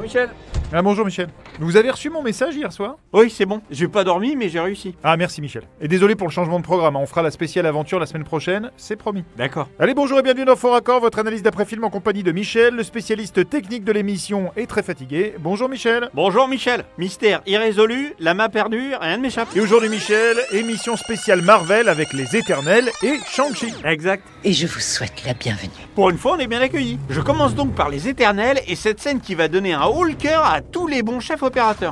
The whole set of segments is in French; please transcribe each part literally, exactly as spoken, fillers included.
Michel. Ah bonjour Michel. Vous avez reçu mon message hier soir? Oui, c'est bon. J'ai pas dormi, mais j'ai réussi. Ah merci Michel. Et désolé pour le changement de programme, on fera la spéciale aventure la semaine prochaine, c'est promis. D'accord. Allez, bonjour et bienvenue dans Fort Accord, votre analyse d'après-film en compagnie de Michel, le spécialiste technique de l'émission est très fatigué. Bonjour Michel. Bonjour Michel. Mystère irrésolu, la main perdue, rien ne m'échappe. Et aujourd'hui Michel, émission spéciale Marvel avec les Éternels et Shang-Chi. Exact. Et je vous souhaite la bienvenue. Pour une fois, on est bien accueillis. Je commence donc par les Éternels et cette scène qui va donner un haut le cœur à tous les bons chefs opérateurs.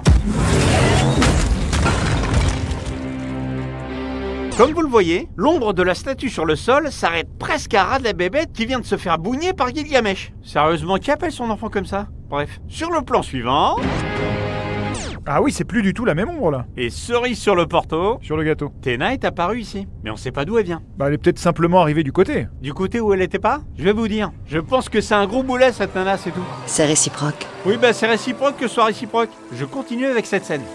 Comme vous le voyez, l'ombre de la statue sur le sol s'arrête presque à ras de la bébête qui vient de se faire bougner par Gilgamesh. Sérieusement, qui appelle son enfant comme ça? Bref, sur le plan suivant... Ah oui, c'est plus du tout la même ombre là. Et cerise sur le porto, Sur le gâteau. Théna est apparue ici. Mais on sait pas d'où elle vient. Bah elle est peut-être simplement arrivée du côté. Du côté où elle était pas? Je vais vous dire. Je pense que c'est un gros boulet cette nana, c'est tout. C'est réciproque. Oui, bah c'est réciproque que ce soit réciproque. Je continue avec cette scène.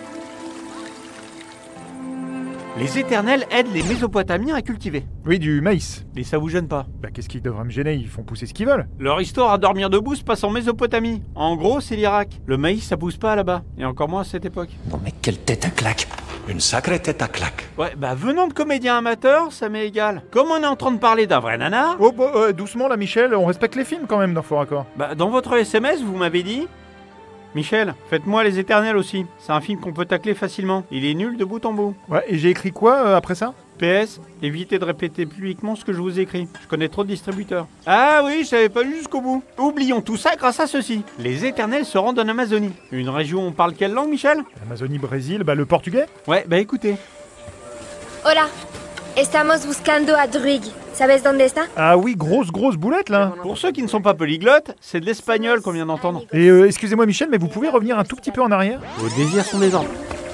Les Éternels aident les Mésopotamiens à cultiver. Oui, du maïs. Et ça vous gêne pas? Bah qu'est-ce qui devrait me gêner, ils font pousser ce qu'ils veulent. Leur histoire à dormir debout se passe en Mésopotamie. En gros, c'est l'Irak. Le maïs, ça pousse pas là-bas. Et encore moins à cette époque. Non mais quelle tête à claque! Une sacrée tête à claque. Ouais, bah venant de comédiens amateurs, ça m'est égal. Comme on est en train de parler d'un vrai nanar, Oh bah euh, doucement là Michel, on respecte les films quand même dans Fort Accord. bah dans votre S M S, vous m'avez dit... Michel, faites-moi les Éternels aussi. C'est un film qu'on peut tacler facilement. Il est nul de bout en bout. Ouais, et j'ai écrit quoi euh, après ça? P S, évitez de répéter publiquement ce que je vous écris. Je connais trop de distributeurs. Ah oui, je savais pas lu jusqu'au bout. Oublions tout ça grâce à ceci. Les Éternels se rendent en Amazonie. Une région où on parle quelle langue, Michel? Amazonie, Brésil, bah le portugais. Ouais, bah écoutez. Hola, estamos buscando a Druig. ¿Sabes dónde está? Ah oui, grosse grosse boulette là. Pour ceux qui ne sont pas polyglottes, c'est de l'espagnol qu'on vient d'entendre. Et euh, excusez-moi Michel, mais vous pouvez revenir un tout petit peu en arrière? Vos désirs sont des ordres.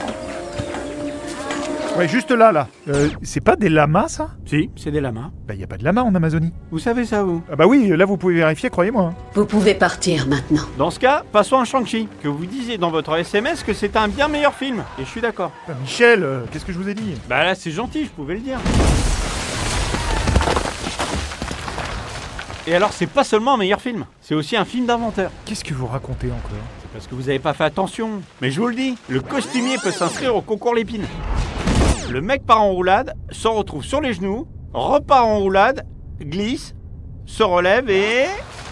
Ouais, juste là, là. Euh, c'est pas des lamas, ça? Si, c'est des lamas. Bah, y a pas de lamas en Amazonie. Vous savez ça, vous? Ah bah oui, là, vous pouvez vérifier, croyez-moi. hein. Vous pouvez partir maintenant. Dans ce cas, passons à Shang-Chi, que vous disiez dans votre S M S que c'était un bien meilleur film. Et je suis d'accord. Bah, Michel, euh, qu'est-ce que je vous ai dit? Bah là, c'est gentil, je pouvais le dire. Et alors, c'est pas seulement un meilleur film, c'est aussi un film d'inventeur. Qu'est-ce que vous racontez encore? C'est parce que vous avez pas fait attention. Mais je vous le dis, le costumier peut s'inscrire au concours Lépine. Le mec part en roulade, s'en retrouve sur les genoux, repart en roulade, glisse, se relève et...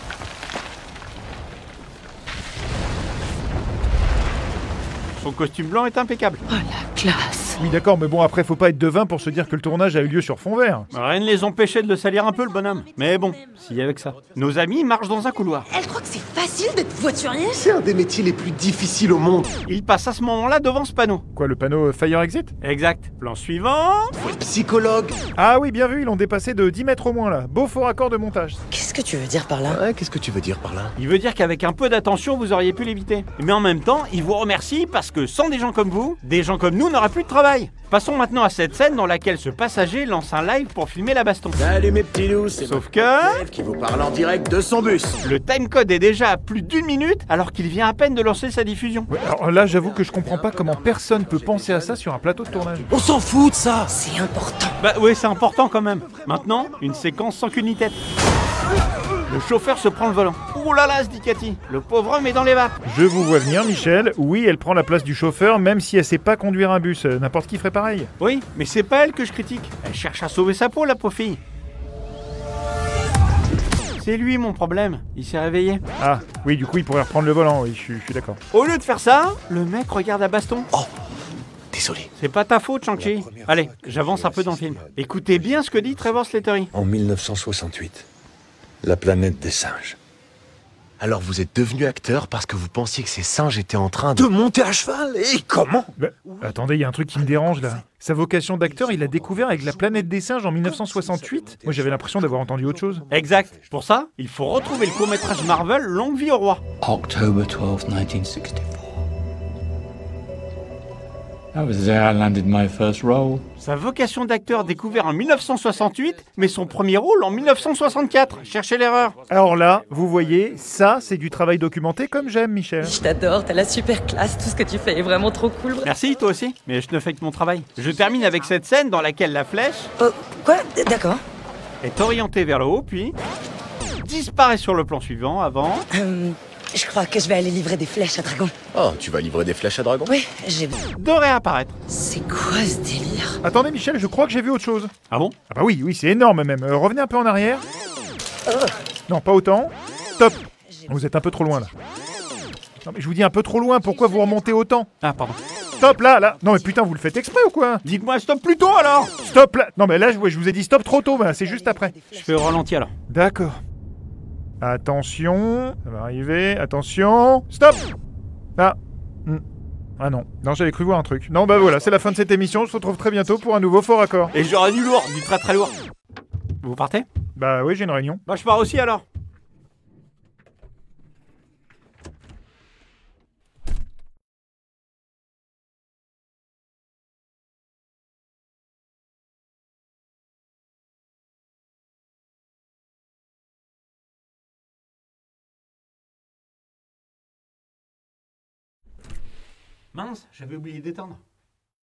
Son costume blanc est impeccable. Oh la classe. Oui, d'accord, mais bon, après, faut pas être devin pour se dire que le tournage a eu lieu sur fond vert. Rien ne les empêchait de le salir un peu, le bonhomme. Mais bon, s'il y avait que ça. Nos amis marchent dans un couloir. Elle croit que c'est facile d'être voiturier. C'est un des métiers les plus difficiles au monde. Ils passent à ce moment-là devant ce panneau. Quoi, le panneau euh, Fire Exit? Exact. Plan suivant... Faut être psychologue. Ah oui, bien vu, ils l'ont dépassé de dix mètres au moins, là. Beau fort accord de montage. Qu'est-ce que tu veux dire par là? Ouais, qu'est-ce que tu veux dire par là? Il veut dire qu'avec un peu d'attention, vous auriez pu l'éviter. Mais en même temps, il vous remercie parce que sans des gens comme vous, des gens comme nous n'auraient plus de travail. Passons maintenant à cette scène dans laquelle ce passager lance un live pour filmer la baston. Salut mes petits loups, c'est Sauf votre que... élève qui vous parle en direct de son bus. Le timecode est déjà à plus d'une minute alors qu'il vient à peine de lancer sa diffusion. Ouais, alors là, j'avoue que je comprends pas comment personne peut penser à ça sur un plateau de tournage. On s'en fout de ça. C'est important. Bah oui, c'est important quand même. Maintenant, une séquence sans qu'une tête. Le chauffeur se prend le volant. Ouh là là, se dit Cathy. Le pauvre homme est dans les vapes. Je vous vois venir, Michel. Oui, elle prend la place du chauffeur, même si elle sait pas conduire un bus. Euh, N'importe qui ferait pareil. Oui, mais c'est pas elle que je critique. Elle cherche à sauver sa peau, la pauvre fille. C'est lui mon problème. Il s'est réveillé. Ah, oui, du coup, il pourrait reprendre le volant, oui, je suis je suis d'accord. Au lieu de faire ça, le mec regarde à baston. Oh, désolé. C'est pas ta faute, Shang-Chi. Allez, j'avance un peu dans le film. Écoutez bien ce que dit Trevor Slattery. En mille neuf cent soixante-huit, la planète des singes. Alors vous êtes devenu acteur parce que vous pensiez que ces singes étaient en train de monter à cheval. Et comment? Bah, attendez, il y a un truc qui me dérange là. Sa vocation d'acteur, il l'a découvert avec la planète des singes en mille neuf cent soixante-huit. Moi, j'avais l'impression d'avoir entendu autre chose. Exact. Pour ça, il faut retrouver le court-métrage Marvel Longue vie au roi. October twelfth, nineteen sixty-four. I was there, I landed my first role. Sa vocation d'acteur découvert en mille neuf cent soixante-huit, mais son premier rôle en mille neuf cent soixante-quatre. Cherchez l'erreur. Alors là, vous voyez, ça, c'est du travail documenté comme j'aime, Michel. Je t'adore, t'as la super classe, tout ce que tu fais est vraiment trop cool. Merci, toi aussi. Mais je ne fais que mon travail. Je termine avec cette scène dans laquelle la flèche Oh, quoi? D'accord. est orientée vers le haut, puis disparaît sur le plan suivant avant... Euh, Je crois que je vais aller livrer des flèches à Dragon. Oh, tu vas livrer des flèches à dragon? Oui, j'ai... De réapparaître. C'est quoi ce délire? Attendez, Michel, je crois que j'ai vu autre chose. Ah bon? Ah bah oui, oui, c'est énorme même. Euh, revenez un peu en arrière. Non, pas autant. Stop. Vous êtes un peu trop loin, là. Non, mais je vous dis un peu trop loin, pourquoi vous remontez autant? Ah, pardon. Stop, là, là. Non, mais putain, vous le faites exprès ou quoi? Dites-moi stop plus tôt alors. Stop, là. Non, mais là, je, je vous ai dit stop trop tôt, bah, c'est juste après. Je fais au ralenti alors. D'accord. Attention, ça va arriver. Attention. Stop. Ah. Hmm. Ah non. Non, j'avais cru voir un truc. Non, bah voilà, c'est la fin de cette émission. On se retrouve très bientôt pour un nouveau Fort Accord. Et j'aurai du lourd, du très très lourd. Vous partez? Bah oui, j'ai une réunion. Bah je pars aussi alors. Mince, j'avais oublié d'éteindre.